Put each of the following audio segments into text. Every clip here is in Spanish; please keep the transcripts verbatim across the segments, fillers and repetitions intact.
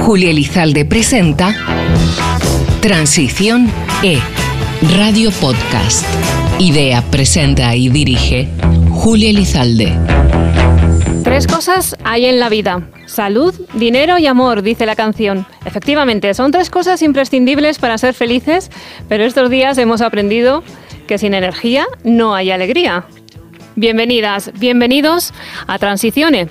Julia Elizalde presenta Transición E, Radio Podcast. Idea, presenta y dirige Julia Elizalde. Tres cosas hay en la vida: salud, dinero y amor, dice la canción. Efectivamente, son tres cosas imprescindibles para ser felices, pero estos días hemos aprendido que sin energía no hay alegría. Bienvenidas, bienvenidos a Transizione.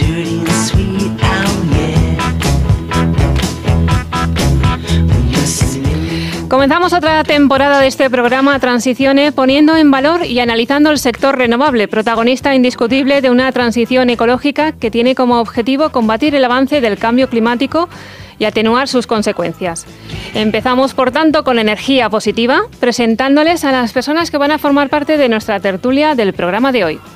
Comenzamos otra temporada de este programa Transizione poniendo en valor y analizando el sector renovable, protagonista indiscutible de una transición ecológica que tiene como objetivo combatir el avance del cambio climático y atenuar sus consecuencias. Empezamos, por tanto, con energía positiva, presentándoles a las personas que van a formar parte de nuestra tertulia del programa de hoy.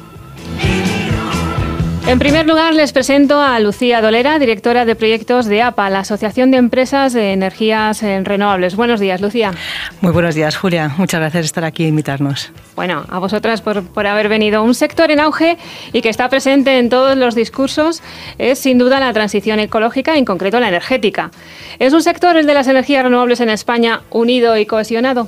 En primer lugar, les presento a Lucía Dolera, directora de proyectos de A P A, la Asociación de Empresas de Energías Renovables. Buenos días, Lucía. Muy buenos días, Julia. Muchas gracias por estar aquí e invitarnos. Bueno, a vosotras por, por haber venido. Un sector en auge y que está presente en todos los discursos es, sin duda, la transición ecológica, en concreto la energética. ¿Es un sector, el de las energías renovables en España, unido y cohesionado?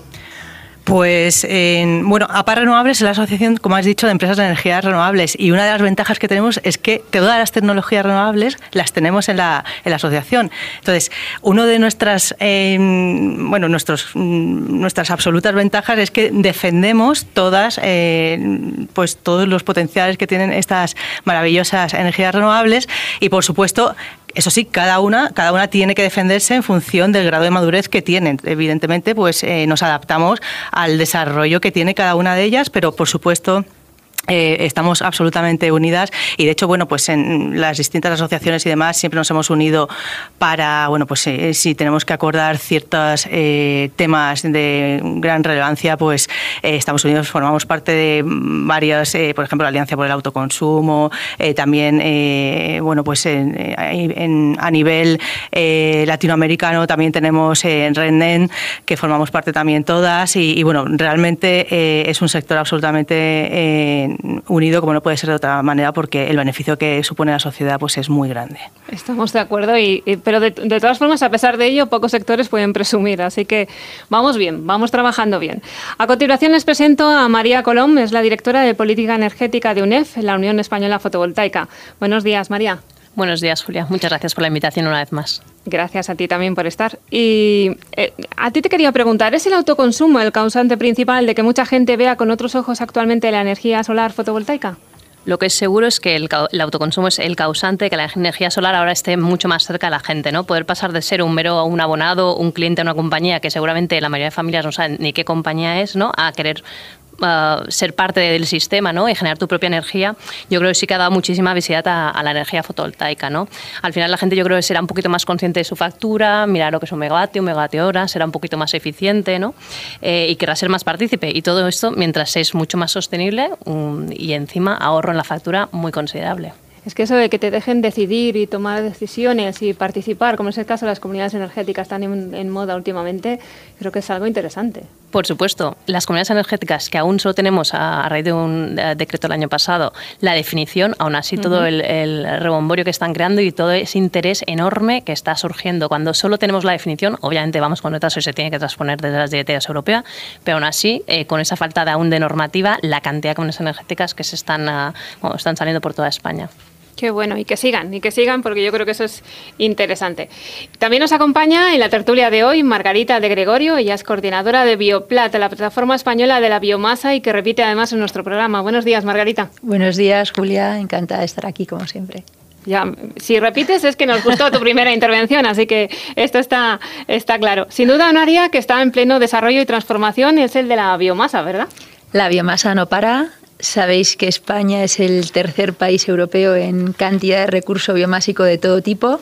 Pues, eh, bueno, A P A Renovables es la asociación, como has dicho, de empresas de energías renovables, y una de las ventajas que tenemos es que todas las tecnologías renovables las tenemos en la, en la asociación. Entonces, uno de nuestras, eh, bueno, nuestros, nuestras absolutas ventajas es que defendemos todas, eh, pues todos los potenciales que tienen estas maravillosas energías renovables, y por supuesto, eso sí, cada una, cada una tiene que defenderse en función del grado de madurez que tienen. Evidentemente, pues eh, nos adaptamos al desarrollo que tiene cada una de ellas, pero por supuesto Eh, estamos absolutamente unidas, y de hecho, bueno, pues en las distintas asociaciones y demás siempre nos hemos unido para, bueno, pues eh, si tenemos que acordar ciertos eh, temas de gran relevancia, pues eh, estamos unidos, formamos parte de varias, eh, por ejemplo, la Alianza por el Autoconsumo, eh, también, eh, bueno, pues en, en, a nivel eh, latinoamericano también tenemos eh, en RENNEN, que formamos parte también todas, y, y bueno, realmente eh, es un sector absolutamente eh, unido, como no puede ser de otra manera, porque el beneficio que supone la sociedad pues es muy grande. Estamos de acuerdo, y, y, pero de, de todas formas, a pesar de ello, pocos sectores pueden presumir, así que vamos bien, vamos trabajando bien. A continuación les presento a María Colom, es la directora de Política Energética de U N E F, la Unión Española Fotovoltaica. Buenos días, María. Buenos días, Julia. Muchas gracias por la invitación una vez más. Gracias a ti también por estar. Y eh, a ti te quería preguntar, ¿es el autoconsumo el causante principal de que mucha gente vea con otros ojos actualmente la energía solar fotovoltaica? Lo que es seguro es que el, el autoconsumo es el causante de que la energía solar ahora esté mucho más cerca de la gente, ¿no? Poder pasar de ser un mero un abonado, un cliente de una compañía, que seguramente la mayoría de familias no saben ni qué compañía es, ¿no?, a querer Uh, ser parte del sistema, ¿no?, y generar tu propia energía. Yo creo que sí que ha dado muchísima visibilidad a, a la energía fotovoltaica, ¿no? Al final la gente, yo creo que será un poquito más consciente de su factura, mirar lo que es un megavatio, un megavatio hora, será un poquito más eficiente, ¿no?, eh, y querrá ser más partícipe. Y todo esto mientras es mucho más sostenible um, y encima ahorro en la factura muy considerable. Es que eso de que te dejen decidir y tomar decisiones y participar, como es el caso de las comunidades energéticas tan en, en moda últimamente, creo que es algo interesante. Por supuesto, las comunidades energéticas, que aún solo tenemos a, a raíz de un de, decreto el año pasado, la definición, aún así uh-huh. todo el, el rebomborio que están creando y todo ese interés enorme que está surgiendo. Cuando solo tenemos la definición, obviamente vamos con otras, y se tiene que transponer desde las directivas europeas, pero aún así, eh, con esa falta de aún de normativa, la cantidad de comunidades energéticas que se están, uh, bueno, están saliendo por toda España. Qué bueno, y que sigan, y que sigan, porque yo creo que eso es interesante. También nos acompaña en la tertulia de hoy Margarita de Gregorio. Ella es coordinadora de Bioplat, la plataforma española de la biomasa, y que repite además en nuestro programa. Buenos días, Margarita. Buenos días, Julia. Encantada de estar aquí, como siempre. Ya, si repites es que nos gustó tu primera intervención, así que esto está, está claro. Sin duda, un área que está en pleno desarrollo y transformación es el de la biomasa, ¿verdad? La biomasa no para. Sabéis que España es el tercer país europeo en cantidad de recurso biomásico de todo tipo.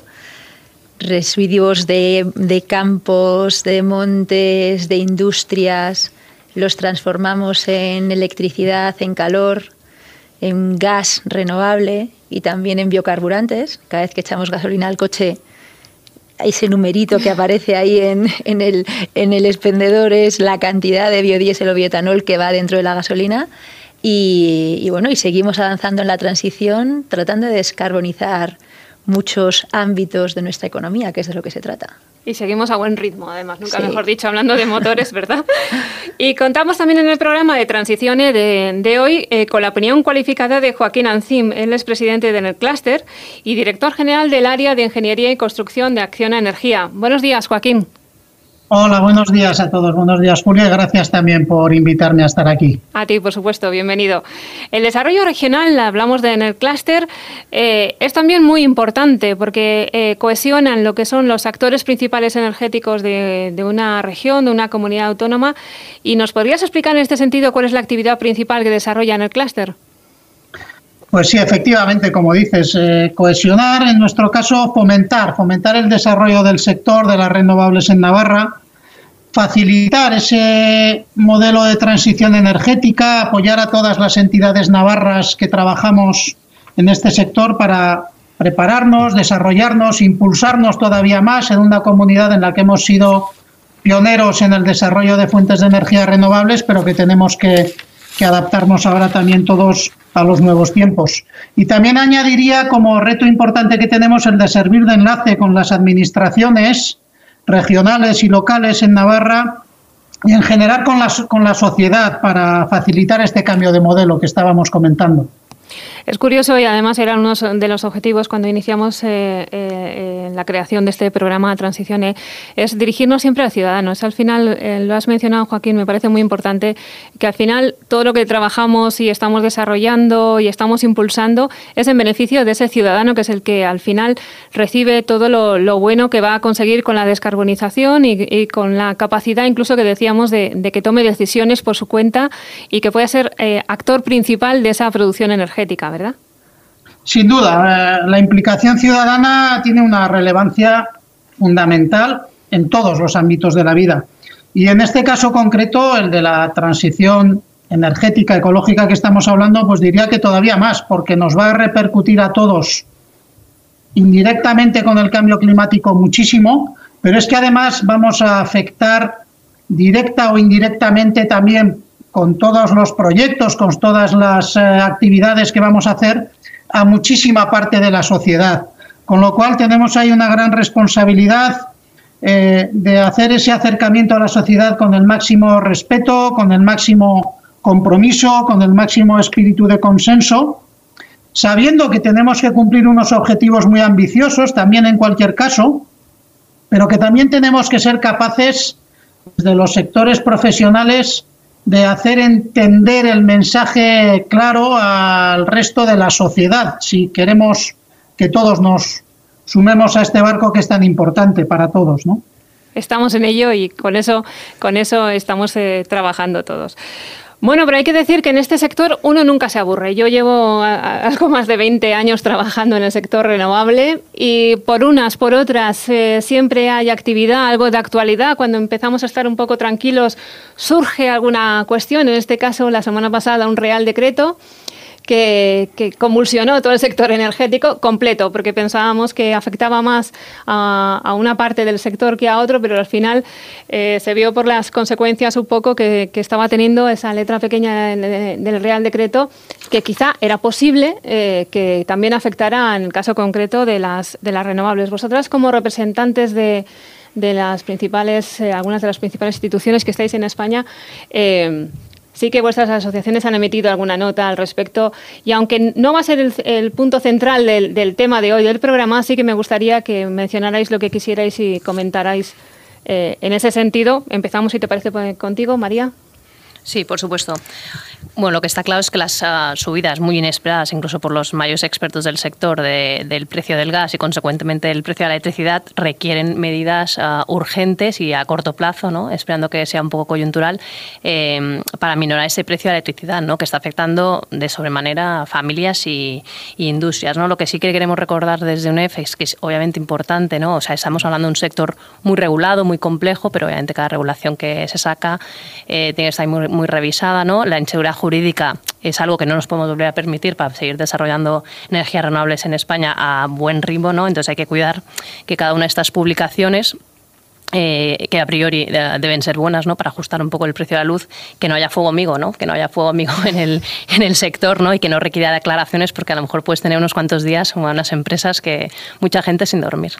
Residuos de, de campos, de montes, de industrias, los transformamos en electricidad, en calor, en gas renovable y también en biocarburantes. Cada vez que echamos gasolina al coche, ese numerito que aparece ahí en, en, el, en el expendedor es la cantidad de biodiesel o bioetanol que va dentro de la gasolina. Y, y bueno, y seguimos avanzando en la transición, tratando de descarbonizar muchos ámbitos de nuestra economía, que es de lo que se trata. Y seguimos a buen ritmo, además, nunca Sí. mejor dicho, hablando de motores, ¿verdad? Y contamos también en el programa de Transiciones de, de hoy eh, con la opinión cualificada de Joaquín Ancín. Él es presidente de Enercluster y director general del área de Ingeniería y Construcción de Acciona Energía. Buenos días, Joaquín. Hola, buenos días a todos. Buenos días, Julia. Gracias también por invitarme a estar aquí. A ti, por supuesto, bienvenido. El desarrollo regional, hablamos de Enercluster, eh, es también muy importante porque eh, cohesionan lo que son los actores principales energéticos de, de una región, de una comunidad autónoma. ¿Y nos podrías explicar en este sentido cuál es la actividad principal que desarrolla Enercluster? Pues sí, efectivamente, como dices, eh, cohesionar, en nuestro caso, fomentar, fomentar el desarrollo del sector de las renovables en Navarra, facilitar ese modelo de transición energética, apoyar a todas las entidades navarras que trabajamos en este sector para prepararnos, desarrollarnos, impulsarnos todavía más en una comunidad en la que hemos sido pioneros en el desarrollo de fuentes de energía renovables, pero que tenemos que, que adaptarnos ahora también todos a los nuevos tiempos. Y también añadiría como reto importante que tenemos el de servir de enlace con las administraciones regionales y locales en Navarra y en general con la, con la sociedad para facilitar este cambio de modelo que estábamos comentando. Es curioso y además era uno de los objetivos cuando iniciamos eh, eh, la creación de este programa Transición, eh, es dirigirnos siempre al ciudadano. Es al final, eh, lo has mencionado, Joaquín, me parece muy importante que al final todo lo que trabajamos y estamos desarrollando y estamos impulsando es en beneficio de ese ciudadano que es el que al final recibe todo lo, lo bueno que va a conseguir con la descarbonización y, y con la capacidad incluso que decíamos de, de que tome decisiones por su cuenta y que pueda ser eh, actor principal de esa producción energética, ¿verdad? Sin duda, la implicación ciudadana tiene una relevancia fundamental en todos los ámbitos de la vida. Y en este caso concreto, el de la transición energética, ecológica que estamos hablando, pues diría que todavía más, porque nos va a repercutir a todos indirectamente con el cambio climático muchísimo, pero es que además vamos a afectar directa o indirectamente también con todos los proyectos, con todas las eh, actividades que vamos a hacer, a muchísima parte de la sociedad. Con lo cual tenemos ahí una gran responsabilidad eh, de hacer ese acercamiento a la sociedad con el máximo respeto, con el máximo compromiso, con el máximo espíritu de consenso, sabiendo que tenemos que cumplir unos objetivos muy ambiciosos, también en cualquier caso, pero que también tenemos que ser capaces, desde los sectores profesionales, de hacer entender el mensaje claro al resto de la sociedad, si queremos que todos nos sumemos a este barco que es tan importante para todos, ¿no? Estamos en ello y con eso, con eso estamos eh, trabajando todos. Bueno, pero hay que decir que en este sector uno nunca se aburre. Yo llevo a, a, algo más de veinte años trabajando en el sector renovable y por unas, por otras, eh, siempre hay actividad, algo de actualidad. Cuando empezamos a estar un poco tranquilos surge alguna cuestión. En este caso, la semana pasada, un Real Decreto que, que convulsionó todo el sector energético completo, porque pensábamos que afectaba más a, a una parte del sector que a otro, pero al final eh, se vio por las consecuencias un poco que, que estaba teniendo esa letra pequeña del, del Real Decreto, que quizá era posible eh, que también afectara en el caso concreto de las, de las renovables. Vosotras, como representantes de, de las principales, eh, algunas de las principales instituciones que estáis en España, eh, sí que vuestras asociaciones han emitido alguna nota al respecto y aunque no va a ser el, el punto central del, del tema de hoy del programa, sí que me gustaría que mencionarais lo que quisierais y comentarais eh, en ese sentido. Empezamos, si te parece, contigo, María. Sí, por supuesto. Bueno, lo que está claro es que las uh, subidas muy inesperadas, incluso por los mayores expertos del sector, de, del precio del gas y consecuentemente del precio de la electricidad, requieren medidas uh, urgentes y a corto plazo, ¿no? Esperando que sea un poco coyuntural, eh, para minorar ese precio de la electricidad, ¿no? Que está afectando de sobremanera a familias y, y industrias, ¿no? Lo que sí que queremos recordar desde U N E F es que es obviamente importante, ¿no? O sea, estamos hablando de un sector muy regulado, muy complejo, pero obviamente cada regulación que se saca eh, tiene que estar muy, muy revisada, ¿no? La inseguridad jurídica es algo que no nos podemos volver a permitir para seguir desarrollando energías renovables en España a buen ritmo, ¿no? Entonces hay que cuidar que cada una de estas publicaciones Eh, que a priori eh, deben ser buenas, ¿no? Para ajustar un poco el precio de la luz, que no haya fuego amigo, ¿no? Que no haya fuego amigo en el, en el sector, ¿no? Y que no requiera declaraciones, porque a lo mejor puedes tener unos cuantos días como unas empresas que mucha gente sin dormir.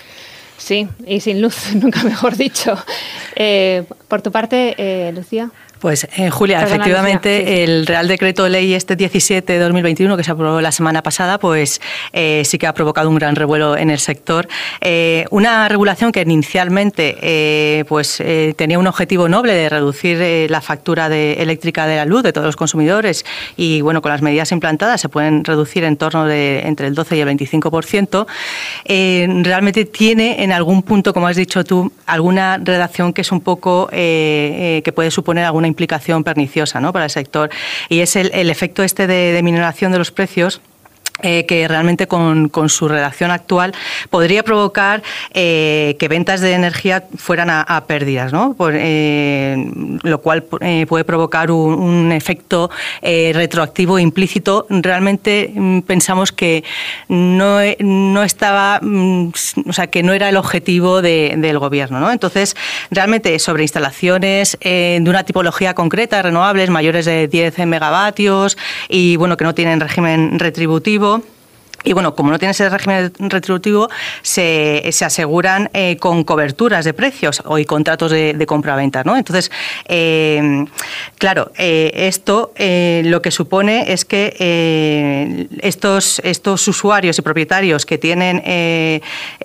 Sí, y sin luz, nunca mejor dicho. Eh, por tu parte, eh, Lucía. Pues, eh, Julia, Perdona, efectivamente, Lucía, sí, sí. El Real Decreto Ley este diecisiete de dos mil veintiuno, que se aprobó la semana pasada, pues eh, sí que ha provocado un gran revuelo en el sector. Eh, una regulación que inicialmente eh, pues, eh, tenía un objetivo noble de reducir eh, la factura de, eléctrica de la luz de todos los consumidores y, bueno, con las medidas implantadas se pueden reducir en torno de entre el doce y el veinticinco por ciento. Eh, realmente tiene en algún punto, como has dicho tú, alguna redacción que es un poco, eh, eh, que puede suponer alguna implicación perniciosa, ¿no?, para el sector, y es el, el efecto este de, de minoración de los precios. Eh, que realmente con, con su redacción actual podría provocar eh, que ventas de energía fueran a, a pérdidas, ¿no? Por, eh, lo cual eh, puede provocar un, un efecto eh, retroactivo implícito. Realmente mm, pensamos que no, no estaba, mm, o sea, que no era el objetivo de, del gobierno, ¿no? Entonces, realmente sobre instalaciones eh, de una tipología concreta, renovables, mayores de diez megavatios y, bueno, que no tienen régimen retributivo. Y, bueno, como no tiene ese régimen retributivo, se, se aseguran eh, con coberturas de precios o y contratos de, de compra-venta, ¿no? Entonces, eh, claro, eh, esto eh, lo que supone es que eh, estos, estos usuarios y propietarios que tienen eh,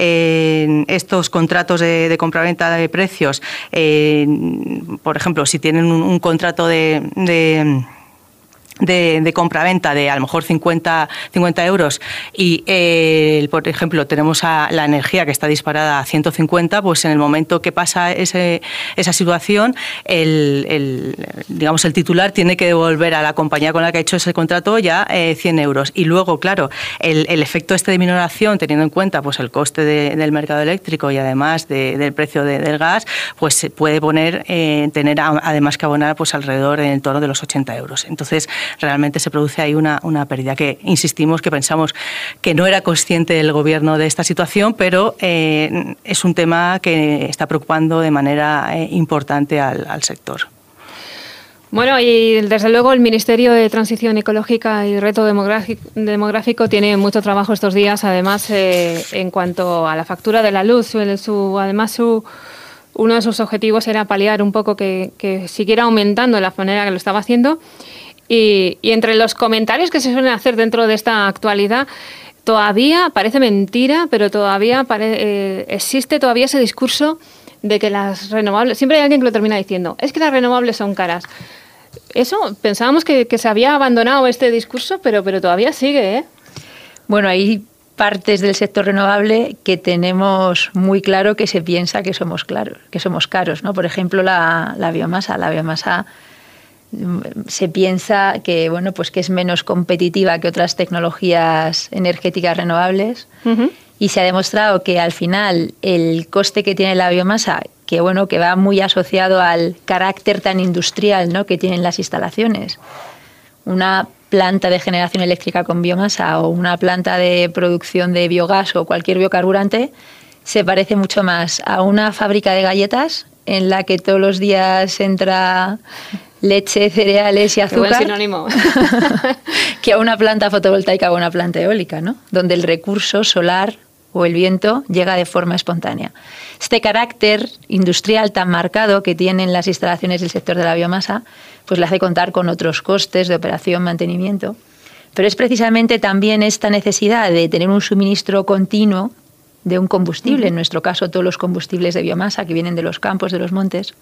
eh, estos contratos de, de compra-venta de precios, eh, por ejemplo, si tienen un, un contrato de... de de, de compra-venta de a lo mejor cincuenta euros y, eh, por ejemplo, tenemos a la energía que está disparada a ciento cincuenta, pues en el momento que pasa ese, esa situación, el, el, digamos, el titular tiene que devolver a la compañía con la que ha hecho ese contrato ya eh, cien euros. Y luego, claro, el, el efecto este de minoración, teniendo en cuenta pues el coste de, del mercado eléctrico y además de, del precio de, del gas, pues se puede poner, eh, tener a, además que abonar pues alrededor en el torno de los ochenta euros. Entonces, realmente se produce ahí una, una pérdida que, insistimos, que pensamos que no era consciente el Gobierno de esta situación, pero eh, es un tema que está preocupando de manera eh, importante al, al sector. Bueno, y desde luego el Ministerio de Transición Ecológica y Reto Demográfico, demográfico tiene mucho trabajo estos días, además, eh, en cuanto a la factura de la luz. Su, su, además, su, uno de sus objetivos era paliar un poco que, que siguiera aumentando de la manera que lo estaba haciendo. Y, y entre los comentarios que se suelen hacer dentro de esta actualidad, todavía parece mentira, pero todavía pare, eh, existe todavía ese discurso de que las renovables... Siempre hay alguien que lo termina diciendo, es que las renovables son caras. Eso, pensábamos que, que se había abandonado este discurso, pero, pero todavía sigue, ¿eh? Bueno, hay partes del sector renovable que tenemos muy claro que se piensa que somos, claros, que somos caros, ¿no? Por ejemplo, la, la biomasa. La biomasa... se piensa que, bueno, pues que es menos competitiva que otras tecnologías energéticas renovables. Uh-huh. Y se ha demostrado que al final el coste que tiene la biomasa, que bueno, que va muy asociado al carácter tan industrial, ¿no?, que tienen las instalaciones. Una planta de generación eléctrica con biomasa o una planta de producción de biogás o cualquier biocarburante se parece mucho más a una fábrica de galletas en la que todos los días entra leche, cereales y azúcar. Qué buen sinónimo. Que a una planta fotovoltaica o una planta eólica, ¿no?, donde el recurso solar o el viento llega de forma espontánea. Este carácter industrial tan marcado que tienen las instalaciones del sector de la biomasa, pues le hace contar con otros costes de operación, mantenimiento. Pero es precisamente también esta necesidad de tener un suministro continuo de un combustible, uh-huh. en nuestro caso todos los combustibles de biomasa que vienen de los campos, de los montes,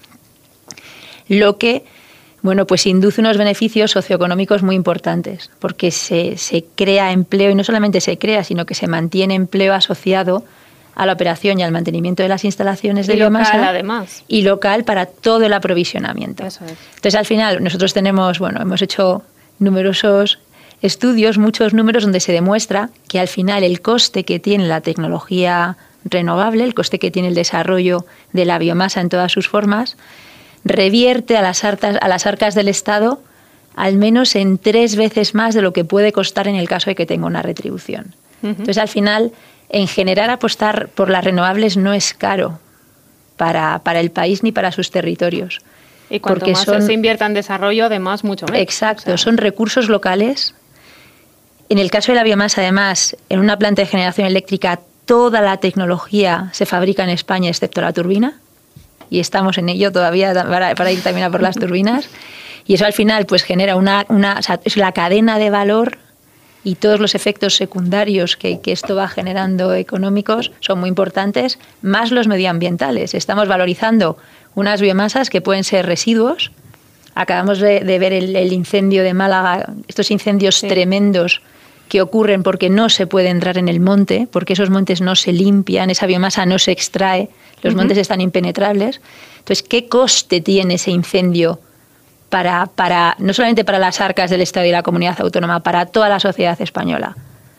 lo que, bueno, pues induce unos beneficios socioeconómicos muy importantes, porque se, se crea empleo, y no solamente se crea, sino que se mantiene empleo asociado a la operación y al mantenimiento de las instalaciones de y biomasa. Local, además. Y local para todo el aprovisionamiento. Eso es. Entonces, al final, nosotros tenemos, bueno, hemos hecho numerosos estudios, muchos números donde se demuestra que al final el coste que tiene la tecnología renovable, el coste que tiene el desarrollo de la biomasa en todas sus formas, revierte a las arcas, a las arcas del Estado al menos en tres veces más de lo que puede costar en el caso de que tenga una retribución. Uh-huh. Entonces, al final, en general, apostar por las renovables no es caro, para, para el país ni para sus territorios. Y cuanto porque más son, se invierta en desarrollo, además, mucho más. Exacto, o sea, son recursos locales. En el caso de la biomasa, además, en una planta de generación eléctrica, toda la tecnología se fabrica en España, excepto la turbina. Y estamos en ello todavía para, para ir también a por las turbinas. Y eso al final pues genera una... una o sea, es la cadena de valor y todos los efectos secundarios que, que esto va generando económicos son muy importantes, más los medioambientales. Estamos valorizando unas biomasas que pueden ser residuos. Acabamos de, de ver el, el incendio de Málaga, estos incendios sí. tremendos que ocurren porque no se puede entrar en el monte, porque esos montes no se limpian, esa biomasa no se extrae, los uh-huh. montes están impenetrables. Entonces, ¿qué coste tiene ese incendio para, para no solamente para las arcas del Estado y la comunidad autónoma, para toda la sociedad española?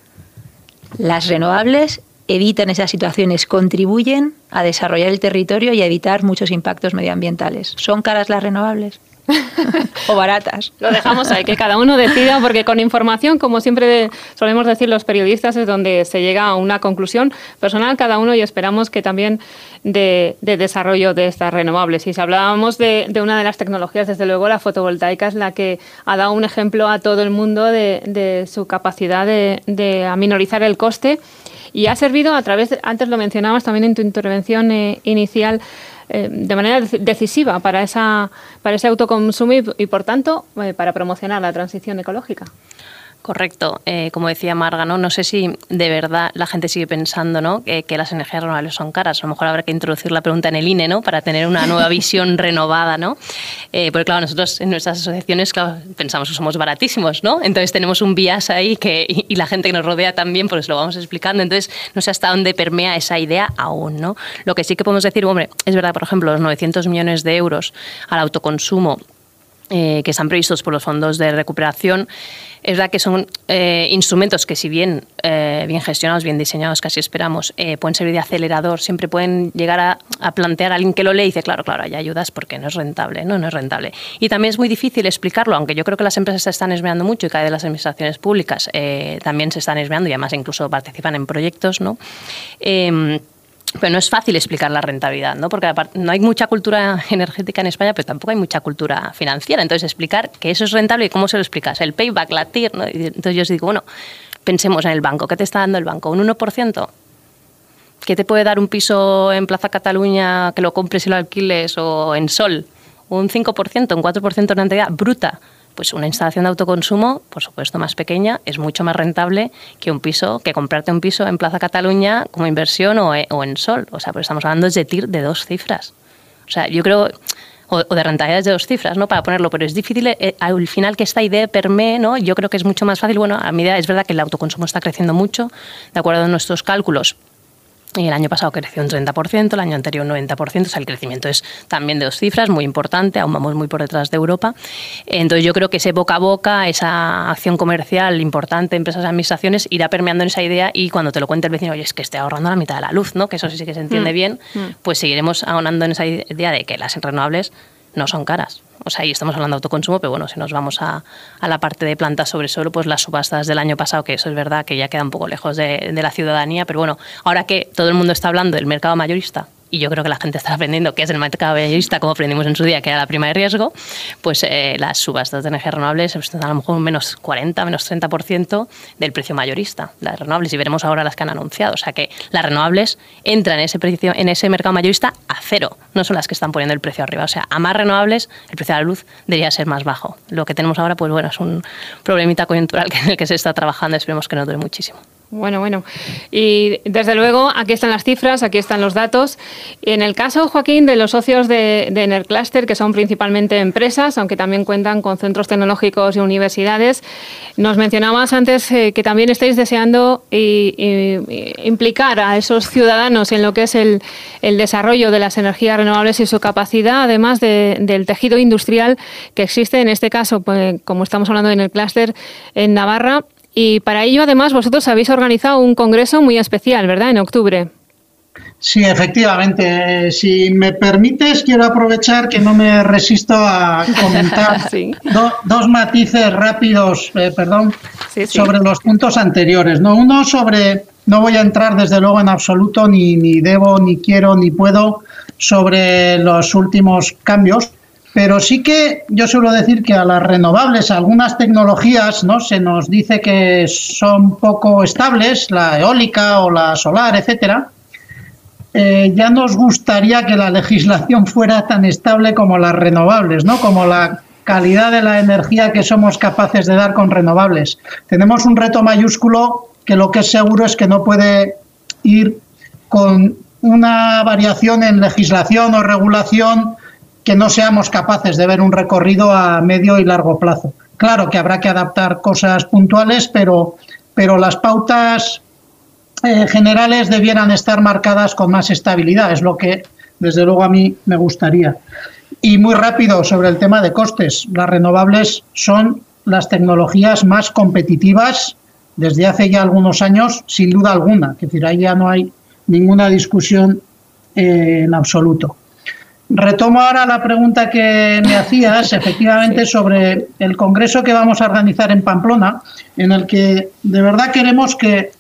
Las renovables evitan esas situaciones, contribuyen a desarrollar el territorio y a evitar muchos impactos medioambientales. ¿Son caras las renovables? ¿O baratas? Lo dejamos ahí, que cada uno decida, porque con información, como siempre solemos decir los periodistas, es donde se llega a una conclusión personal cada uno, y esperamos que también de, de desarrollo de estas renovables. Y si hablábamos de, de una de las tecnologías, desde luego la fotovoltaica es la que ha dado un ejemplo a todo el mundo de, de su capacidad de, de aminorizar el coste. Y ha servido a través, de, antes lo mencionabas también en tu intervención eh, inicial, eh, de manera decisiva para, esa, para ese autoconsumo y, y por tanto, eh, para promocionar la transición ecológica. Correcto. Eh, como decía Marga, ¿no? no sé si de verdad la gente sigue pensando, ¿no? que, que las energías renovables son caras. A lo mejor habrá que introducir la pregunta en el I N E, ¿no? Para tener una nueva visión renovada, ¿no? Eh, porque claro, nosotros en nuestras asociaciones claro, pensamos que somos baratísimos, ¿no? Entonces tenemos un bias ahí que, y, y la gente que nos rodea también, pues lo vamos explicando. Entonces no sé hasta dónde permea esa idea aún, ¿no? Lo que sí que podemos decir, hombre, es verdad, por ejemplo, los novecientos millones de euros al autoconsumo Eh, que están previstos por los fondos de recuperación, es verdad que son eh, instrumentos que si bien, eh, bien gestionados, bien diseñados, casi esperamos, eh, pueden servir de acelerador, siempre pueden llegar a, a plantear a alguien que lo lee y dice, claro, claro, hay ayudas porque no es rentable, no, no es rentable. Y también es muy difícil explicarlo, aunque yo creo que las empresas se están esmerando mucho y cada vez las administraciones públicas eh, también se están esmerando y además incluso participan en proyectos, ¿no? Eh, Pero no es fácil explicar la rentabilidad, ¿no? Porque no hay mucha cultura energética en España, pero tampoco hay mucha cultura financiera. Entonces, explicar que eso es rentable y cómo se lo explicas. El payback, la T I R, ¿no? Entonces yo os digo, bueno, pensemos en el banco. ¿Qué te está dando el banco? ¿Un uno por ciento? ¿Qué te puede dar un piso en Plaza Cataluña que lo compres y lo alquiles o en Sol? ¿Un cinco por ciento? ¿Un cuatro por ciento de rentabilidad bruta? Pues una instalación de autoconsumo, por supuesto más pequeña, es mucho más rentable que un piso, que comprarte un piso en Plaza Cataluña como inversión o, o en Sol. O sea, pues estamos hablando de T I R de dos cifras. O sea, yo creo, o, o de rentabilidades de dos cifras, ¿no? Para ponerlo, pero es difícil eh, al final que esta idea permee, ¿no? Yo creo que es mucho más fácil. Bueno, a mi idea es verdad que el autoconsumo está creciendo mucho, de acuerdo a nuestros cálculos. Y el año pasado creció un treinta por ciento, el año anterior un noventa por ciento, o sea, el crecimiento es también de dos cifras, muy importante, aún vamos muy por detrás de Europa. Entonces yo creo que ese boca a boca, esa acción comercial importante, empresas y administraciones, irá permeando en esa idea y cuando te lo cuente el vecino, oye, es que estoy ahorrando la mitad de la luz, ¿no? Que eso sí que se entiende mm. bien, mm. pues seguiremos ahondando en esa idea de que las renovables no son caras. O sea, ahí estamos hablando de autoconsumo, pero bueno, si nos vamos a, a la parte de plantas sobre suelo, pues las subastas del año pasado, que eso es verdad que ya queda un poco lejos de, de la ciudadanía, pero bueno, ahora que todo el mundo está hablando del mercado mayorista, y yo creo que la gente está aprendiendo qué es el mercado mayorista, como aprendimos en su día, que era la prima de riesgo, pues eh, las subastas de energías renovables están a lo mejor un menos cuarenta, menos treinta por ciento del precio mayorista, las renovables, y veremos ahora las que han anunciado. O sea que las renovables entran en ese precio, en ese mercado mayorista a cero, no son las que están poniendo el precio arriba. O sea, a más renovables, el precio de la luz debería ser más bajo. Lo que tenemos ahora, pues bueno, es un problemita coyuntural en el que se está trabajando, esperemos que no dure muchísimo. Bueno, bueno. Y desde luego, aquí están las cifras, aquí están los datos. En el caso, Joaquín, de los socios de, de Enercluster, que son principalmente empresas, aunque también cuentan con centros tecnológicos y universidades, nos mencionabas antes eh, que también estáis deseando y, y, y implicar a esos ciudadanos en lo que es el, el desarrollo de las energías renovables y su capacidad, además de, del tejido industrial que existe, en este caso, pues, como estamos hablando de Enercluster, en Navarra. Y para ello, además, vosotros habéis organizado un congreso muy especial, ¿verdad?, en octubre. Sí, efectivamente. Si me permites, quiero aprovechar que no me resisto a comentar sí. do, dos matices rápidos, eh, perdón, sí, sí. sobre los puntos anteriores, ¿no? Uno sobre, no voy a entrar desde luego en absoluto, ni, ni debo, ni quiero, ni puedo sobre los últimos cambios, pero sí que yo suelo decir que a las renovables, a algunas tecnologías, ¿no?, se nos dice que son poco estables, la eólica o la solar, etcétera. Eh, ya nos gustaría que la legislación fuera tan estable como las renovables, ¿no?, como la calidad de la energía que somos capaces de dar con renovables. Tenemos un reto mayúsculo que lo que es seguro es que no puede ir con una variación en legislación o regulación que no seamos capaces de ver un recorrido a medio y largo plazo. Claro que habrá que adaptar cosas puntuales, pero, pero las pautas eh, generales debieran estar marcadas con más estabilidad, es lo que desde luego a mí me gustaría. Y muy rápido sobre el tema de costes. Las renovables son las tecnologías más competitivas desde hace ya algunos años, sin duda alguna. Es decir, ahí ya no hay ninguna discusión eh, en absoluto. Retomo ahora la pregunta que me hacías, efectivamente, sobre el congreso que vamos a organizar en Pamplona, en el que de verdad queremos que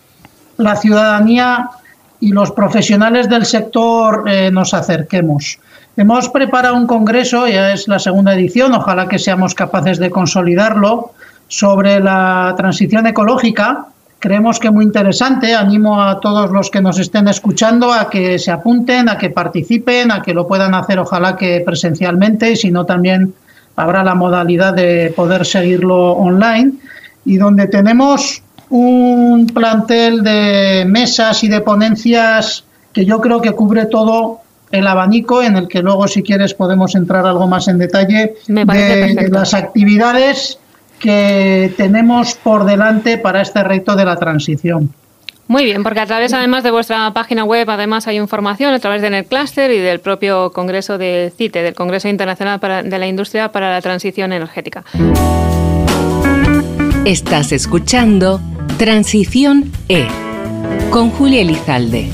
la ciudadanía y los profesionales del sector eh, nos acerquemos. Hemos preparado un congreso, ya es la segunda edición, ojalá que seamos capaces de consolidarlo, sobre la transición ecológica. Creemos que muy interesante. Animo a todos los que nos estén escuchando a que se apunten, a que participen, a que lo puedan hacer ojalá que presencialmente, y si no también habrá la modalidad de poder seguirlo online, y donde tenemos un plantel de mesas y de ponencias que yo creo que cubre todo el abanico, en el que luego, si quieres, podemos entrar algo más en detalle de, de las actividades que tenemos por delante para este reto de la transición. Muy bien, porque a través además de vuestra página web además hay información a través de NetCluster y del propio congreso de CITE, del Congreso Internacional para, de la Industria para la Transición Energética. Estás escuchando Transición E con Julia Elizalde.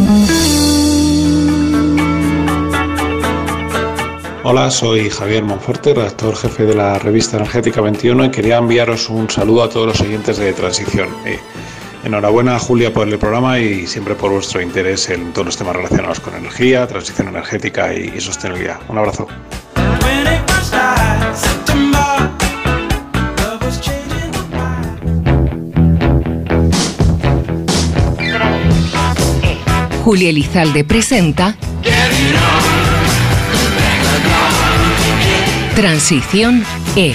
Hola, soy Javier Monforte, redactor jefe de la revista Energética veintiuno, y quería enviaros un saludo a todos los oyentes de Transición E. Enhorabuena, Julia, por el programa y siempre por vuestro interés en todos los temas relacionados con energía, transición energética y, y sostenibilidad. Un abrazo. Julia Elizalde presenta Transición E.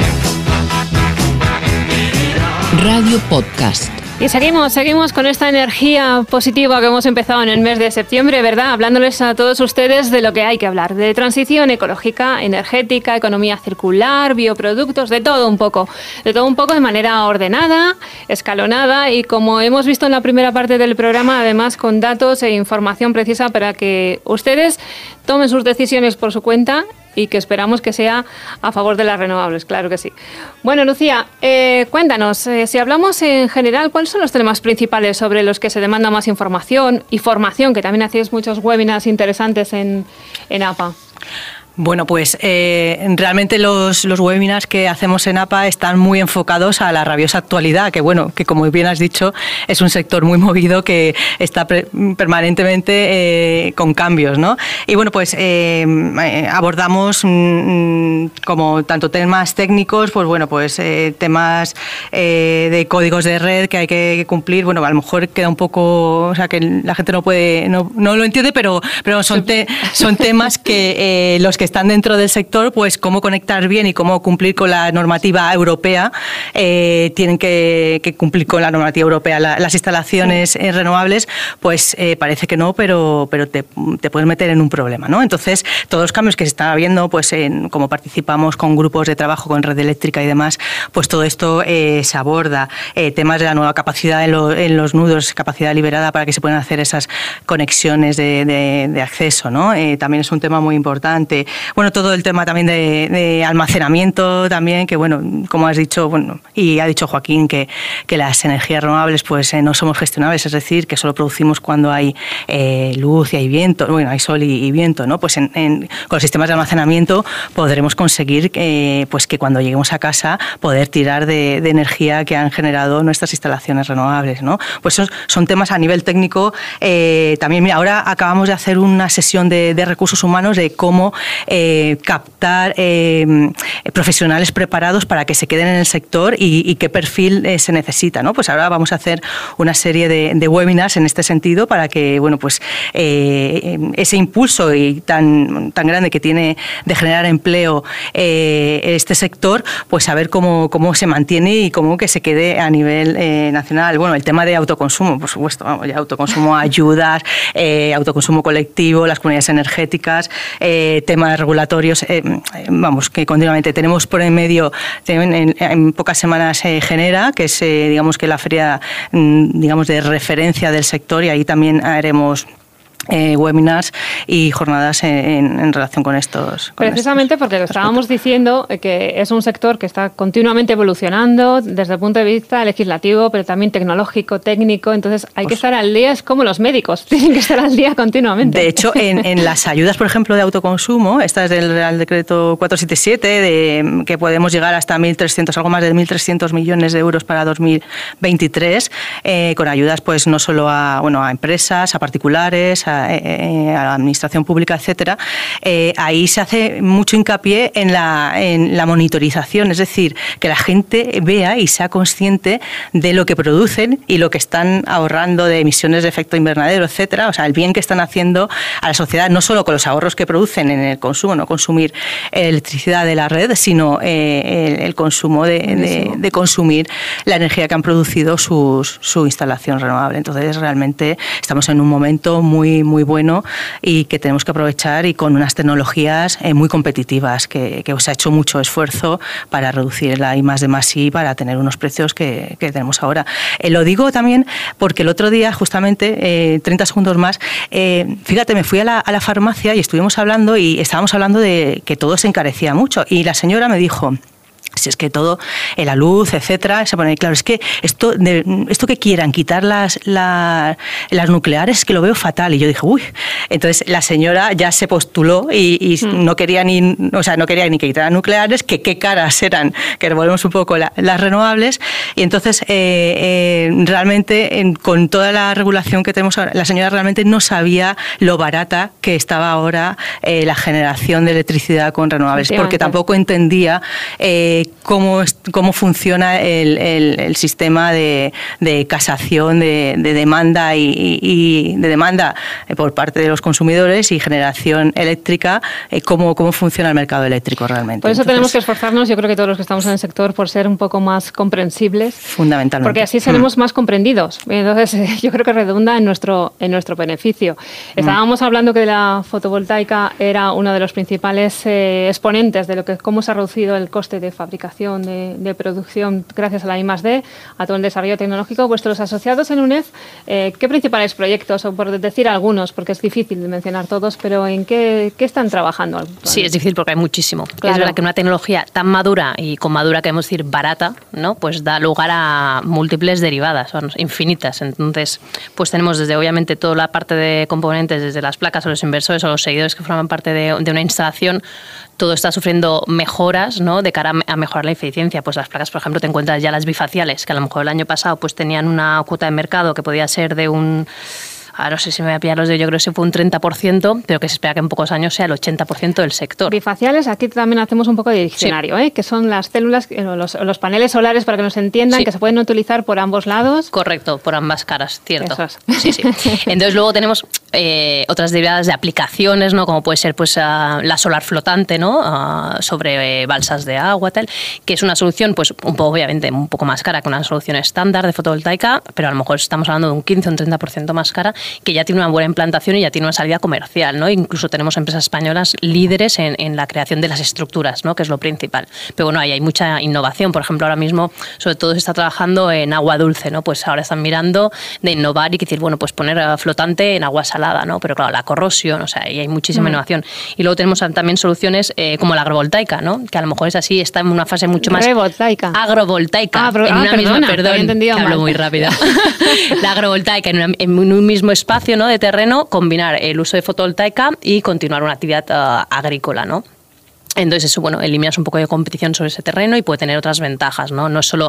Radio Podcast. Y seguimos, seguimos con esta energía positiva que hemos empezado en el mes de septiembre, ¿verdad? Hablándoles a todos ustedes de lo que hay que hablar, de transición ecológica, energética, economía circular, bioproductos, de todo un poco. De todo un poco de manera ordenada, escalonada y, como hemos visto en la primera parte del programa, además con datos e información precisa para que ustedes tomen sus decisiones por su cuenta y que esperamos que sea a favor de las renovables, claro que sí. Bueno, Lucía, eh, cuéntanos, eh, si hablamos en general, ¿cuáles son los temas principales sobre los que se demanda más información y formación? Que también hacéis muchos webinars interesantes en, en A P A. Bueno, pues eh, realmente los, los webinars que hacemos en A P A están muy enfocados a la rabiosa actualidad, que bueno, que como bien has dicho, es un sector muy movido que está pre permanentemente eh, con cambios, ¿no? Y bueno, pues eh, abordamos mm, como tanto temas técnicos, pues bueno, pues eh, temas eh, de códigos de red que hay que cumplir. Bueno, a lo mejor queda un poco, o sea, que la gente no puede, no, no lo entiende, pero, pero son, te, son temas que eh, los que que están dentro del sector, pues cómo conectar bien y cómo cumplir con la normativa europea, eh, tienen que, que cumplir con la normativa europea. La, las instalaciones sí. eh, renovables, pues eh, parece que no, pero, pero te, te puedes meter en un problema, ¿no? Entonces, todos los cambios que se están habiendo, pues en, como participamos con grupos de trabajo, con red eléctrica y demás, pues todo esto eh, se aborda. Eh, temas de la nueva capacidad en, lo, en los nudos, capacidad liberada para que se puedan hacer esas conexiones de, de, de acceso, ¿no? Eh, también es un tema muy importante. bueno, todo el tema también de, de almacenamiento también, que bueno, como has dicho, bueno, y ha dicho Joaquín, que, que las energías renovables pues eh, no somos gestionables, es decir, que solo producimos cuando hay eh, luz y hay viento, bueno, hay sol y, y viento, ¿no? Pues en, en, con los sistemas de almacenamiento podremos conseguir eh, pues que cuando lleguemos a casa poder tirar de, de energía que han generado nuestras instalaciones renovables, ¿no? Pues son, son temas a nivel técnico. Eh, también, mira, ahora acabamos de hacer una sesión de, de recursos humanos de cómo eh, captar eh, profesionales preparados para que se queden en el sector y, y qué perfil eh, se necesita, ¿no? Pues ahora vamos a hacer una serie de, de webinars en este sentido para que, bueno, pues eh, ese impulso y tan, tan grande que tiene de generar empleo eh, este sector, pues a ver cómo, cómo se mantiene y cómo que se quede a nivel eh, nacional. Bueno, el tema de autoconsumo, por supuesto, vamos, ya autoconsumo, ayudas, eh, autoconsumo colectivo, las comunidades energéticas, eh, temas regulatorios, eh, vamos, que continuamente tenemos por en medio, en, en, en pocas semanas eh, Genera, que es, eh, digamos, que la feria, digamos, de referencia del sector, y ahí también haremos Eh, webinars y jornadas en, en relación con estos. Con Precisamente estos porque lo estábamos diciendo que es un sector que está continuamente evolucionando desde el punto de vista legislativo, pero también tecnológico, técnico, entonces hay pues, que estar al día, es como los médicos, tienen que estar al día continuamente. De hecho, en, en las ayudas, por ejemplo, de autoconsumo, esta es del Real Decreto cuatrocientos setenta y siete, de, que podemos llegar hasta mil trescientos, algo más de mil trescientos millones de euros para dos mil veintitrés, eh, con ayudas pues no solo a, bueno, a empresas, a particulares, a a la administración pública, etcétera, eh, ahí se hace mucho hincapié en la, en la monitorización, es decir, que la gente vea y sea consciente de lo que producen y lo que están ahorrando de emisiones de efecto invernadero, etcétera, o sea, el bien que están haciendo a la sociedad, no solo con los ahorros que producen en el consumo, no consumir electricidad de la red, sino eh, el, el consumo de, de, de consumir la energía que han producido sus, su instalación renovable. Entonces, realmente estamos en un momento muy muy bueno y que tenemos que aprovechar, y con unas tecnologías eh, muy competitivas, que, que se ha hecho mucho esfuerzo para reducir la I más D más I para tener unos precios que, que tenemos ahora. Eh, lo digo también porque el otro día, justamente, eh, treinta segundos más, eh, fíjate, me fui a la, a la farmacia y estuvimos hablando y estábamos hablando de que todo se encarecía mucho, y la señora me dijo: si es que todo, eh, la luz, etcétera, se pone claro, es que esto, de, esto que quieran quitar las, la, las nucleares, que lo veo fatal. Y yo dije, uy, entonces la señora ya se postuló y, y mm. no quería ni, o sea, no quería ni que quitaran nucleares, que qué caras eran, que revolvemos un poco la, las renovables. Y entonces, eh, eh, realmente, en, con toda la regulación que tenemos ahora, la señora realmente no sabía lo barata que estaba ahora eh, la generación de electricidad con renovables, porque tampoco entendía eh, Cómo, cómo funciona el, el, el sistema de, de casación de, de demanda y, y, y de demanda por parte de los consumidores y generación eléctrica, eh, cómo, cómo funciona el mercado eléctrico realmente. Por eso Entonces, tenemos que esforzarnos, yo creo que todos los que estamos en el sector, por ser un poco más comprensibles. Fundamentalmente. Porque así seremos mm. más comprendidos. Entonces, yo creo que redunda en nuestro, en nuestro beneficio. Mm. Estábamos hablando que la fotovoltaica era uno de los principales eh, exponentes de lo que cómo se ha reducido el coste de fabricación De, de producción gracias a la I más D, a todo el desarrollo tecnológico. Vuestros asociados en UNED, eh, ¿qué principales proyectos, o por decir algunos, porque es difícil de mencionar todos, pero en qué, qué están trabajando? Sí, es difícil porque hay muchísimo. Claro. Es verdad que una tecnología tan madura, y con madura queremos decir barata, ¿no? Pues da lugar a múltiples derivadas, vamos, infinitas. Entonces, pues tenemos desde obviamente toda la parte de componentes, desde las placas o los inversores o los seguidores que forman parte de, de una instalación. Todo está sufriendo mejoras, ¿no? De cara a mejorar la eficiencia. Pues las placas, por ejemplo, te encuentras ya las bifaciales, que a lo mejor el año pasado pues tenían una cuota de mercado que podía ser de un... Ah, no sé si me voy a pillar los de, yo creo que fue un treinta por ciento, pero que se espera que en pocos años sea el ochenta por ciento del sector. Bifaciales, aquí también hacemos un poco de diccionario, sí. ¿eh? Que son las células, los, los paneles solares, para que nos entiendan, sí. que se pueden utilizar por ambos lados. Correcto, por ambas caras, cierto. Eso es. Sí, sí. Entonces luego tenemos eh, otras derivadas de aplicaciones, ¿no? Como puede ser pues uh, la solar flotante, ¿no? Uh, sobre eh, balsas de agua, tal, que es una solución, pues un poco, obviamente, un poco más cara que una solución estándar de fotovoltaica, pero a lo mejor estamos hablando de un quince o un treinta por ciento más cara, que ya tiene una buena implantación y ya tiene una salida comercial, ¿no? Incluso tenemos empresas españolas líderes en, en la creación de las estructuras, ¿no? Que es lo principal. Pero bueno, ahí hay mucha innovación. Por ejemplo, ahora mismo, sobre todo, se está trabajando en agua dulce, ¿no? Pues ahora están mirando de innovar y decir, bueno, pues poner flotante en agua salada instalada, ¿no? Pero claro, la corrosión, o sea, y hay muchísima mm. innovación. Y luego tenemos también soluciones eh, como la agrovoltaica, ¿no? Que a lo mejor es así, está en una fase mucho más... Revoltaica. Agrovoltaica. Ah, bro, en ah, una perdona, misma, perdón, entendido hablo mal. muy rápido. La agrovoltaica en, una, en un mismo espacio, ¿no? de terreno, combinar el uso de fotovoltaica y continuar una actividad uh, agrícola, ¿no? Entonces eso, bueno, eliminas un poco de competición sobre ese terreno y puede tener otras ventajas, ¿no? No es solo,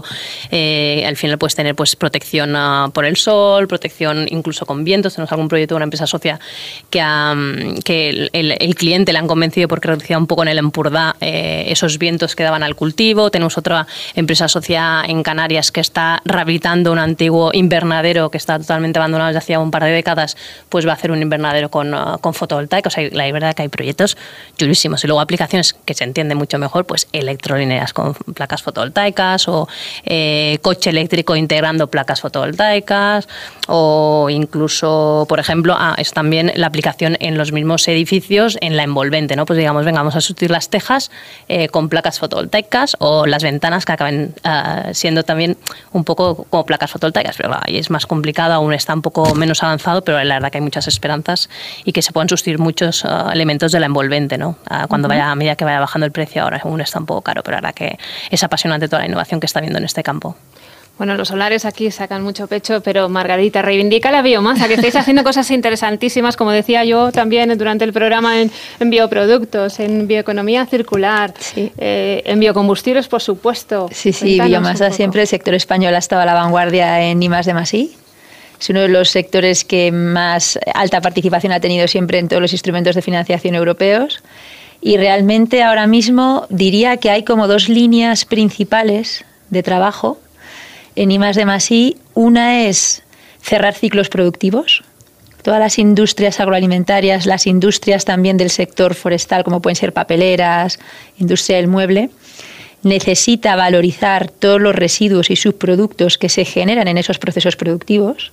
eh, al final puedes tener pues protección uh, por el sol, protección incluso con vientos. Tenemos algún proyecto de una empresa socia que, um, que el, el, el cliente le han convencido porque reducía un poco en el Empordà eh, esos vientos que daban al cultivo. Tenemos otra empresa socia en Canarias que está rehabilitando un antiguo invernadero que está totalmente abandonado desde hacía un par de décadas, pues va a hacer un invernadero con, uh, con fotovoltaica. O sea, la verdad es que hay proyectos chulísimos y luego aplicaciones que se entiende mucho mejor, pues electrolineras con placas fotovoltaicas o eh, coche eléctrico integrando placas fotovoltaicas o incluso, por ejemplo, ah, es también la aplicación en los mismos edificios en la envolvente, ¿no? Pues digamos, venga, vamos a sustituir las tejas eh, con placas fotovoltaicas o las ventanas que acaben uh, siendo también un poco como placas fotovoltaicas, pero claro, ahí es más complicado, aún está un poco menos avanzado, pero la verdad que hay muchas esperanzas y que se puedan sustituir muchos uh, elementos de la envolvente, ¿no? Uh, cuando uh-huh. vaya, a medida que vaya bajando el precio, ahora aún está un poco caro, pero la verdad que es apasionante toda la innovación que está viendo en este campo. Bueno, los solares aquí sacan mucho pecho, pero Margarita, reivindica la biomasa, que estáis haciendo cosas interesantísimas, como decía yo también durante el programa, en, en bioproductos, en bioeconomía circular, sí. eh, en biocombustibles, por supuesto. Sí, sí, Cuéntanos biomasa siempre, el sector español ha estado a la vanguardia en I más D más I. Es uno de los sectores que más alta participación ha tenido siempre en todos los instrumentos de financiación europeos. Y realmente ahora mismo diría que hay como dos líneas principales de trabajo en I más D más I. Una es cerrar ciclos productivos. Todas las industrias agroalimentarias, las industrias también del sector forestal, como pueden ser papeleras, industria del mueble, necesita valorizar todos los residuos y subproductos que se generan en esos procesos productivos.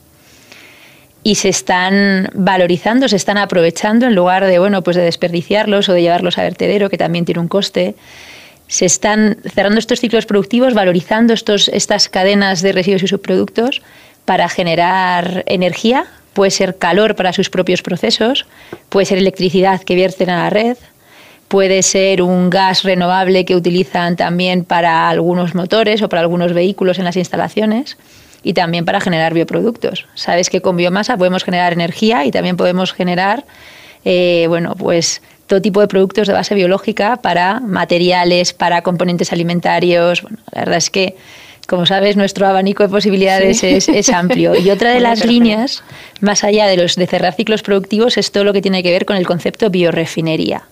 Y se están valorizando, se están aprovechando en lugar de, bueno, pues de desperdiciarlos o de llevarlos a vertedero, que también tiene un coste. Se están cerrando estos ciclos productivos, valorizando estos, estas cadenas de residuos y subproductos para generar energía. Puede ser calor para sus propios procesos, puede ser electricidad que vierten a la red, puede ser un gas renovable que utilizan también para algunos motores o para algunos vehículos en las instalaciones. Y también para generar bioproductos. Sabes que con biomasa podemos generar energía y también podemos generar eh, bueno, pues todo tipo de productos de base biológica para materiales, para componentes alimentarios. Bueno, la verdad es que, como sabes, nuestro abanico de posibilidades sí. es, es amplio. Y otra de las perfecto. líneas, más allá de los de cerrar ciclos productivos, es todo lo que tiene que ver con el concepto biorefinería.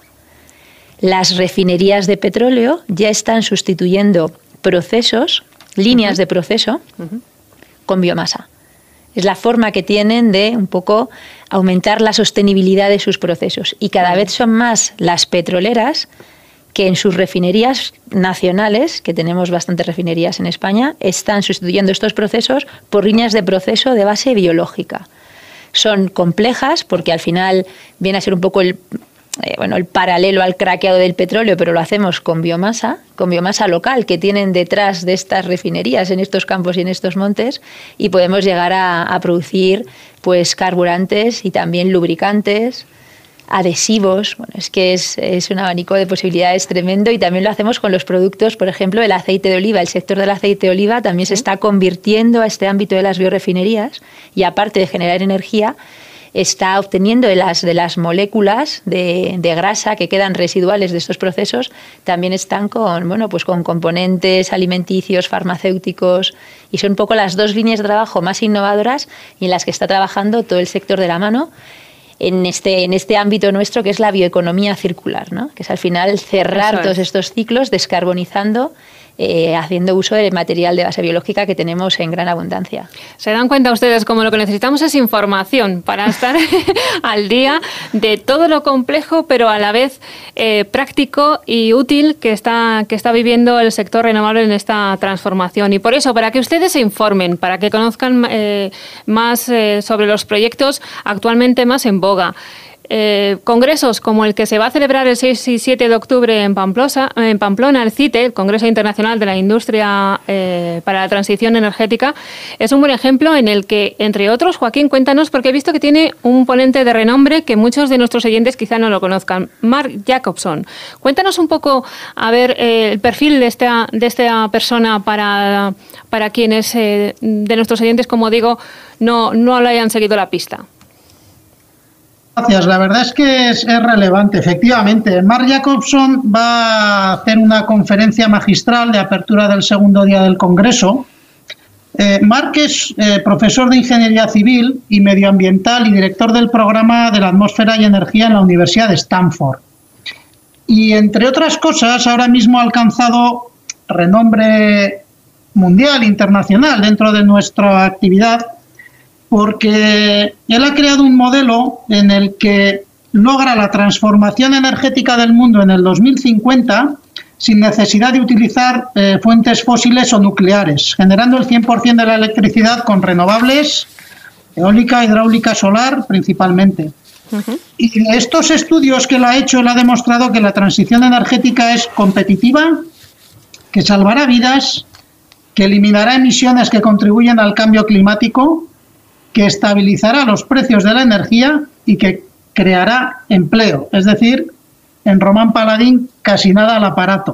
Las refinerías de petróleo ya están sustituyendo procesos, líneas uh-huh. de proceso, uh-huh. con biomasa. Es la forma que tienen de un poco aumentar la sostenibilidad de sus procesos. Y cada vez son más las petroleras que en sus refinerías nacionales, que tenemos bastantes refinerías en España, están sustituyendo estos procesos por líneas de proceso de base biológica. Son complejas porque al final viene a ser un poco el... Eh, bueno, el paralelo al craqueado del petróleo, pero lo hacemos con biomasa, con biomasa local que tienen detrás de estas refinerías en estos campos y en estos montes, y podemos llegar a, a producir pues carburantes y también lubricantes, adhesivos. Bueno, es que es, es un abanico de posibilidades tremendo, y también lo hacemos con los productos, por ejemplo, el aceite de oliva. El sector del aceite de oliva también ¿Sí? se está convirtiendo a este ámbito de las biorefinerías, y aparte de generar energía, está obteniendo de las, de las moléculas de, de grasa que quedan residuales de estos procesos, también están con, bueno, pues con componentes alimenticios, farmacéuticos, y son un poco las dos líneas de trabajo más innovadoras y en las que está trabajando todo el sector de la mano en este, en este ámbito nuestro, que es la bioeconomía circular, ¿no? Que es al final cerrar Eso todos es. estos ciclos descarbonizando, Eh, haciendo uso del material de base biológica que tenemos en gran abundancia. ¿Se dan cuenta ustedes cómo lo que necesitamos es información para estar al día de todo lo complejo, pero a la vez eh, práctico y útil que está, que está viviendo el sector renovable en esta transformación? Y por eso, para que ustedes se informen, para que conozcan eh, más eh, sobre los proyectos actualmente más en boga, eh, congresos como el que se va a celebrar el seis y siete de octubre en, Pamplosa, en Pamplona, el CITE, el Congreso Internacional de la Industria eh, para la Transición Energética, es un buen ejemplo en el que, entre otros, Joaquín, cuéntanos, porque he visto que tiene un ponente de renombre que muchos de nuestros oyentes quizá no lo conozcan, Mark Jacobson. Cuéntanos un poco, a ver, eh, el perfil de esta, de esta persona para, para quienes eh, de nuestros oyentes, como digo, no, no le hayan seguido la pista. Gracias, la verdad es que es, es relevante, efectivamente. Mark Jacobson va a hacer una conferencia magistral de apertura del segundo día del Congreso. Eh, Mark es eh, profesor de Ingeniería Civil y Medioambiental y director del programa de la Atmósfera y Energía en la Universidad de Stanford. Y, entre otras cosas, ahora mismo ha alcanzado renombre mundial, internacional, dentro de nuestra actividad, porque él ha creado un modelo en el que logra la transformación energética del mundo en el dos mil cincuenta sin necesidad de utilizar eh, fuentes fósiles o nucleares, generando el cien por ciento de la electricidad con renovables, eólica, hidráulica, solar, principalmente. Uh-huh. Y de estos estudios que él ha hecho, él ha demostrado que la transición energética es competitiva, que salvará vidas, que eliminará emisiones que contribuyen al cambio climático, que estabilizará los precios de la energía y que creará empleo. Es decir, en Román Paladín, casi nada al aparato.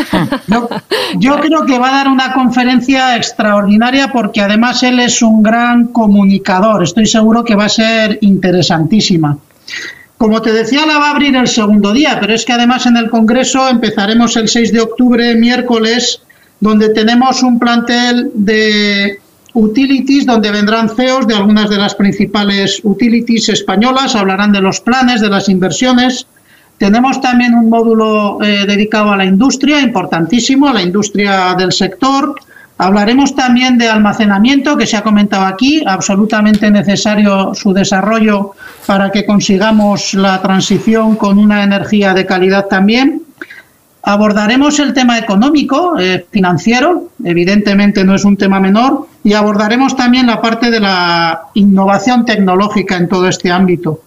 Yo, yo creo que va a dar una conferencia extraordinaria porque además él es un gran comunicador. Estoy seguro que va a ser interesantísima. Como te decía, la va a abrir el segundo día, pero es que además en el Congreso empezaremos el seis de octubre, miércoles, donde tenemos un plantel de utilities, donde vendrán C E Os de algunas de las principales utilities españolas, hablarán de los planes, de las inversiones. Tenemos también un módulo eh, dedicado a la industria, importantísimo, a la industria del sector. Hablaremos también de almacenamiento, que se ha comentado aquí, absolutamente necesario su desarrollo para que consigamos la transición con una energía de calidad también. Abordaremos el tema económico, eh, financiero, evidentemente no es un tema menor, y abordaremos también la parte de la innovación tecnológica en todo este ámbito.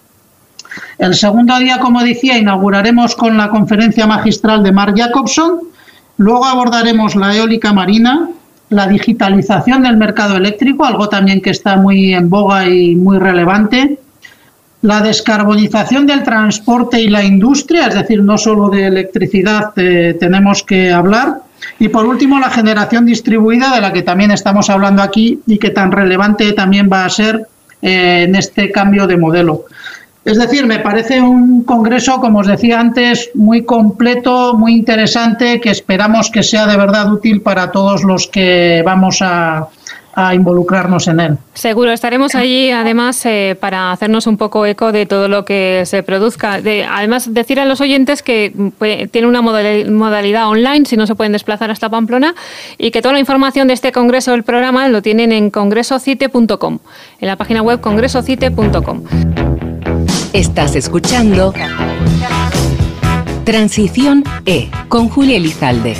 El segundo día, como decía, inauguraremos con la conferencia magistral de Mark Jacobson, luego abordaremos la eólica marina, la digitalización del mercado eléctrico, algo también que está muy en boga y muy relevante, la descarbonización del transporte y la industria, es decir, no solo de electricidad eh, tenemos que hablar. Y por último, la generación distribuida, de la que también estamos hablando aquí y que tan relevante también va a ser eh, en este cambio de modelo. Es decir, me parece un congreso, como os decía antes, muy completo, muy interesante, que esperamos que sea de verdad útil para todos los que vamos a... a involucrarnos en él. Seguro, estaremos allí además eh, para hacernos un poco eco de todo lo que se produzca. De, además, decir a los oyentes que pues, tiene una modalidad online, si no se pueden desplazar hasta Pamplona, y que toda la información de este congreso del programa lo tienen en congresocite punto com, en la página web congresocite punto com. Estás escuchando Transición E con Julia Elizalde.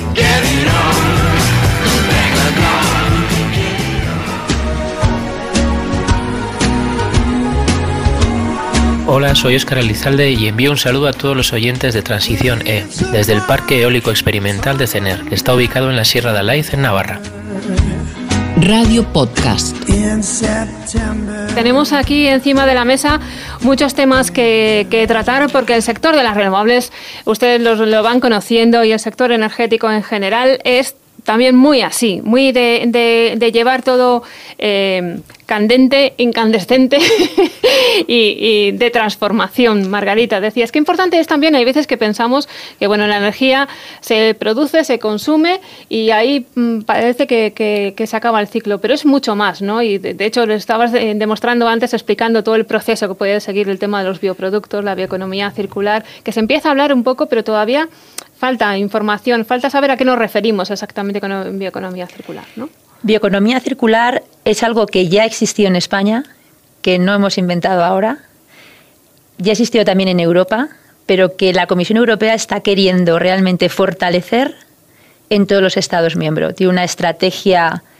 Hola, soy Óscar Elizalde y envío un saludo a todos los oyentes de Transición E, desde el Parque Eólico Experimental de Cener, que está ubicado en la Sierra de Alaiz, en Navarra. Radio Podcast. Tenemos aquí encima de la mesa muchos temas que, que tratar, porque el sector de las renovables, ustedes lo, lo van conociendo, y el sector energético en general es también muy así, muy de, de, de llevar todo eh, candente, incandescente y, y de transformación. Margarita, decías que importante es también, hay veces que pensamos que bueno, la energía se produce, se consume y ahí mmm, parece que, que, que se acaba el ciclo, pero es mucho más, ¿no? Y de, de hecho lo estabas demostrando antes, explicando todo el proceso que puede seguir el tema de los bioproductos, la bioeconomía circular, que se empieza a hablar un poco, pero todavía falta información, falta saber a qué nos referimos exactamente con bioeconomía circular, ¿no? Bioeconomía circular es algo que ya existió en España, que no hemos inventado ahora, ya existió también en Europa, pero que la Comisión Europea está queriendo realmente fortalecer en todos los Estados miembros. Tiene una estrategia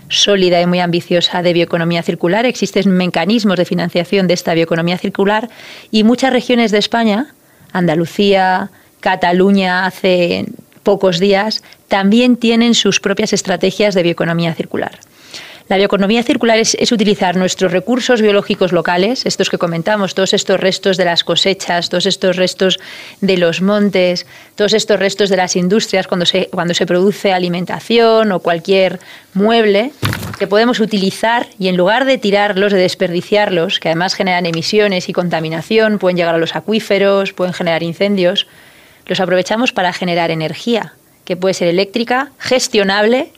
sólida y muy ambiciosa de bioeconomía circular. Existen mecanismos de financiación de esta bioeconomía circular y muchas regiones de España, Andalucía, Cataluña, hace pocos días, también tienen sus propias estrategias de bioeconomía circular. La bioeconomía circular es, es utilizar nuestros recursos biológicos locales, estos que comentamos, todos estos restos de las cosechas, todos estos restos de los montes, todos estos restos de las industrias cuando se, cuando se produce alimentación o cualquier mueble, que podemos utilizar y en lugar de tirarlos, de desperdiciarlos, que además generan emisiones y contaminación, pueden llegar a los acuíferos, pueden generar incendios, los aprovechamos para generar energía, que puede ser eléctrica, gestionable.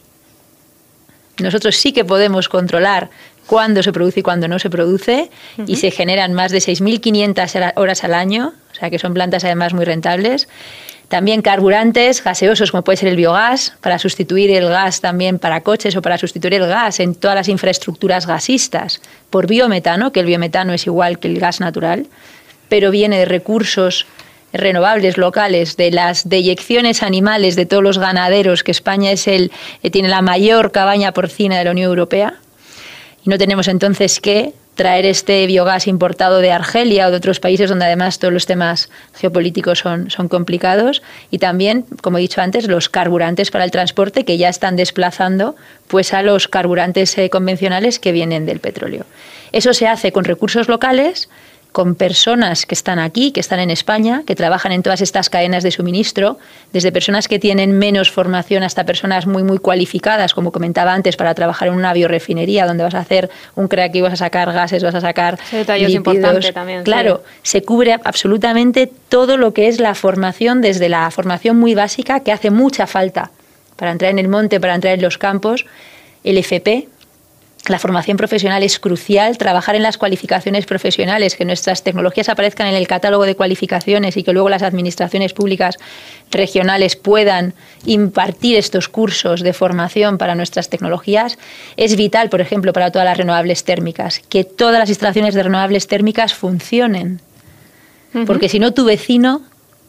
Nosotros sí que podemos controlar cuándo se produce y cuándo no se produce, uh-huh. y se generan más de seis mil quinientas horas al año, o sea que son plantas además muy rentables. También carburantes gaseosos, como puede ser el biogás, para sustituir el gas también para coches o para sustituir el gas en todas las infraestructuras gasistas por biometano, que el biometano es igual que el gas natural, pero viene de recursos renovables locales, de las deyecciones animales de todos los ganaderos, que España es el eh, tiene la mayor cabaña porcina de la Unión Europea, y no tenemos entonces que traer este biogás importado de Argelia o de otros países donde además todos los temas geopolíticos son, son complicados, y también, como he dicho antes, los carburantes para el transporte, que ya están desplazando pues a los carburantes eh, convencionales que vienen del petróleo. Eso se hace con recursos locales, con personas que están aquí, que están en España, que trabajan en todas estas cadenas de suministro, desde personas que tienen menos formación hasta personas muy, muy cualificadas, como comentaba antes, para trabajar en una biorefinería, donde vas a hacer un crack y vas a sacar gases, vas a sacar Ese detalle es lípidos. importante también. Claro, sí. Se cubre absolutamente todo lo que es la formación, desde la formación muy básica, que hace mucha falta para entrar en el monte, para entrar en los campos, el F P. La formación profesional es crucial, trabajar en las cualificaciones profesionales, que nuestras tecnologías aparezcan en el catálogo de cualificaciones y que luego las administraciones públicas regionales puedan impartir estos cursos de formación para nuestras tecnologías. Es vital, por ejemplo, para todas las renovables térmicas, que todas las instalaciones de renovables térmicas funcionen, uh-huh. porque si no, tu vecino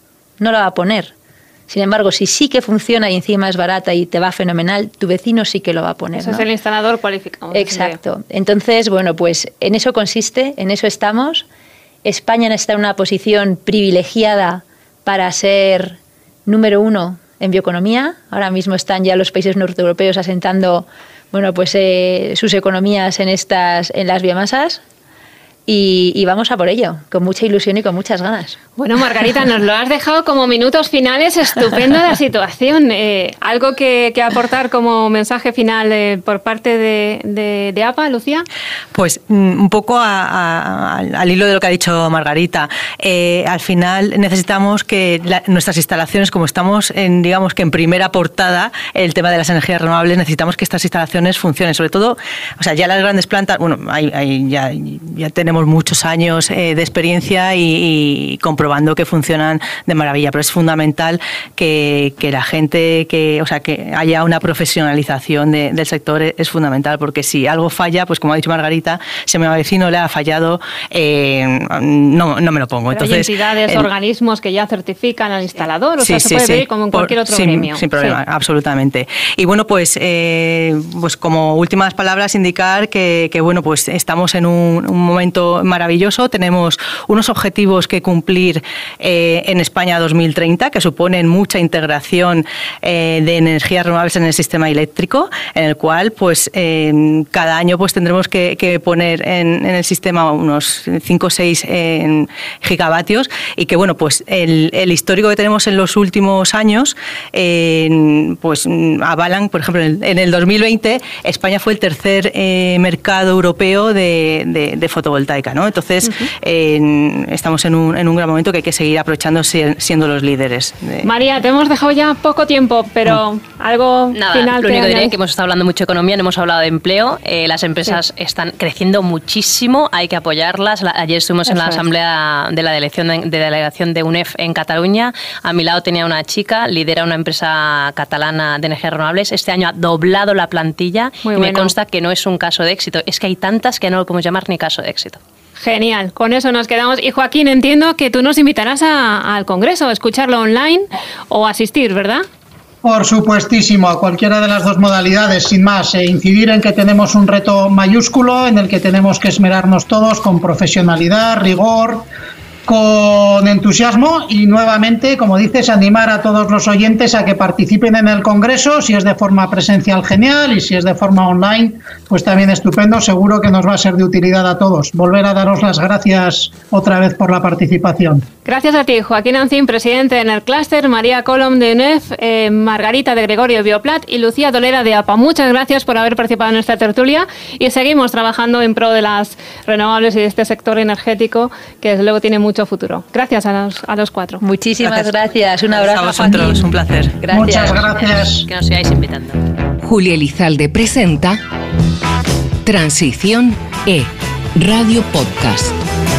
no la va a poner. Sin embargo, si sí que funciona y encima es barata y te va fenomenal, tu vecino sí que lo va a poner. Ese ¿no? es el instalador cualificado. Exacto. Entonces, bueno, pues en eso consiste, en eso estamos. España está en una posición privilegiada para ser número uno en bioeconomía. Ahora mismo están ya los países norteeuropeos asentando, bueno, pues eh, sus economías en estas, en las biomasas. Y, y vamos a por ello, con mucha ilusión y con muchas ganas. Bueno, Margarita, nos lo has dejado como minutos finales estupendo de la situación. Eh, ¿Algo que, que aportar como mensaje final eh, por parte de, de, de A P A, Lucía? Pues un poco a, a, al hilo de lo que ha dicho Margarita. Eh, al final necesitamos que la, nuestras instalaciones, como estamos en, digamos que en primera portada, el tema de las energías renovables, necesitamos que estas instalaciones funcionen. Sobre todo, o sea, ya las grandes plantas, bueno, hay, hay, ya, ya tenemos muchos años eh, de experiencia y, y comprobando que funcionan de maravilla, pero es fundamental que, que la gente, que, o sea, que haya una profesionalización de, del sector, es fundamental, porque si algo falla, pues como ha dicho Margarita, si a mi vecino le ha fallado, eh, no, no me lo pongo. Pero entonces, hay entidades, el, organismos que ya certifican al instalador, o sí, sea, sí, se puede sí, ver como en cualquier otro sin, gremio. Sin problema, sí. Absolutamente. Y bueno, pues, eh, pues como últimas palabras, indicar que, que bueno, pues estamos en un, un momento maravilloso. Tenemos unos objetivos que cumplir eh, en España dos mil treinta, que suponen mucha integración eh, de energías renovables en el sistema eléctrico, en el cual pues eh, cada año pues tendremos que, que poner en, en el sistema unos cinco o seis eh, gigavatios, y que bueno, pues el, el histórico que tenemos en los últimos años eh, pues avalan, por ejemplo, en el, en el dos mil veinte España fue el tercer eh, mercado europeo de, de, de fotovoltaica, ¿no? Entonces, uh-huh. eh, estamos en un, en un gran momento que hay que seguir aprovechando siendo los líderes. De... María, te hemos dejado ya poco tiempo, pero uh. algo Nada, final. Lo único que diré añades? es que hemos estado hablando mucho de economía, no hemos hablado de empleo. Eh, las empresas sí. están creciendo muchísimo, hay que apoyarlas. La, ayer estuvimos Eso en la es. asamblea de la delegación de, de delegación de U N E F en Cataluña. A mi lado tenía una chica, lidera una empresa catalana de energías renovables. Este año ha doblado la plantilla. Muy y bueno. Me consta que no es un caso de éxito. Es que hay tantas que no lo podemos llamar ni caso de éxito. Genial, con eso nos quedamos. Y Joaquín, entiendo que tú nos invitarás a, al Congreso, a escucharlo online o asistir, ¿verdad? Por supuestísimo, a cualquiera de las dos modalidades, sin más, e incidir en que tenemos un reto mayúsculo en el que tenemos que esmerarnos todos con profesionalidad, rigor, con entusiasmo y nuevamente, como dices, animar a todos los oyentes a que participen en el Congreso. Si es de forma presencial, genial, y si es de forma online, pues también estupendo. Seguro que nos va a ser de utilidad a todos. Volver a daros las gracias otra vez por la participación. Gracias a ti, Joaquín Ancín, presidente en el clúster, María Colom de U N E F, eh, Margarita de Gregorio Bioplat y Lucía Dolera de A P A. Muchas gracias por haber participado en esta tertulia y seguimos trabajando en pro de las renovables y de este sector energético que desde luego tiene mucho futuro. Gracias a los, a los cuatro. Muchísimas gracias. gracias. Un abrazo a vosotros, Joaquín. un placer. Gracias. Muchas gracias. Que nos sigáis invitando. Julia Elizalde presenta Transición E, Radio Podcast.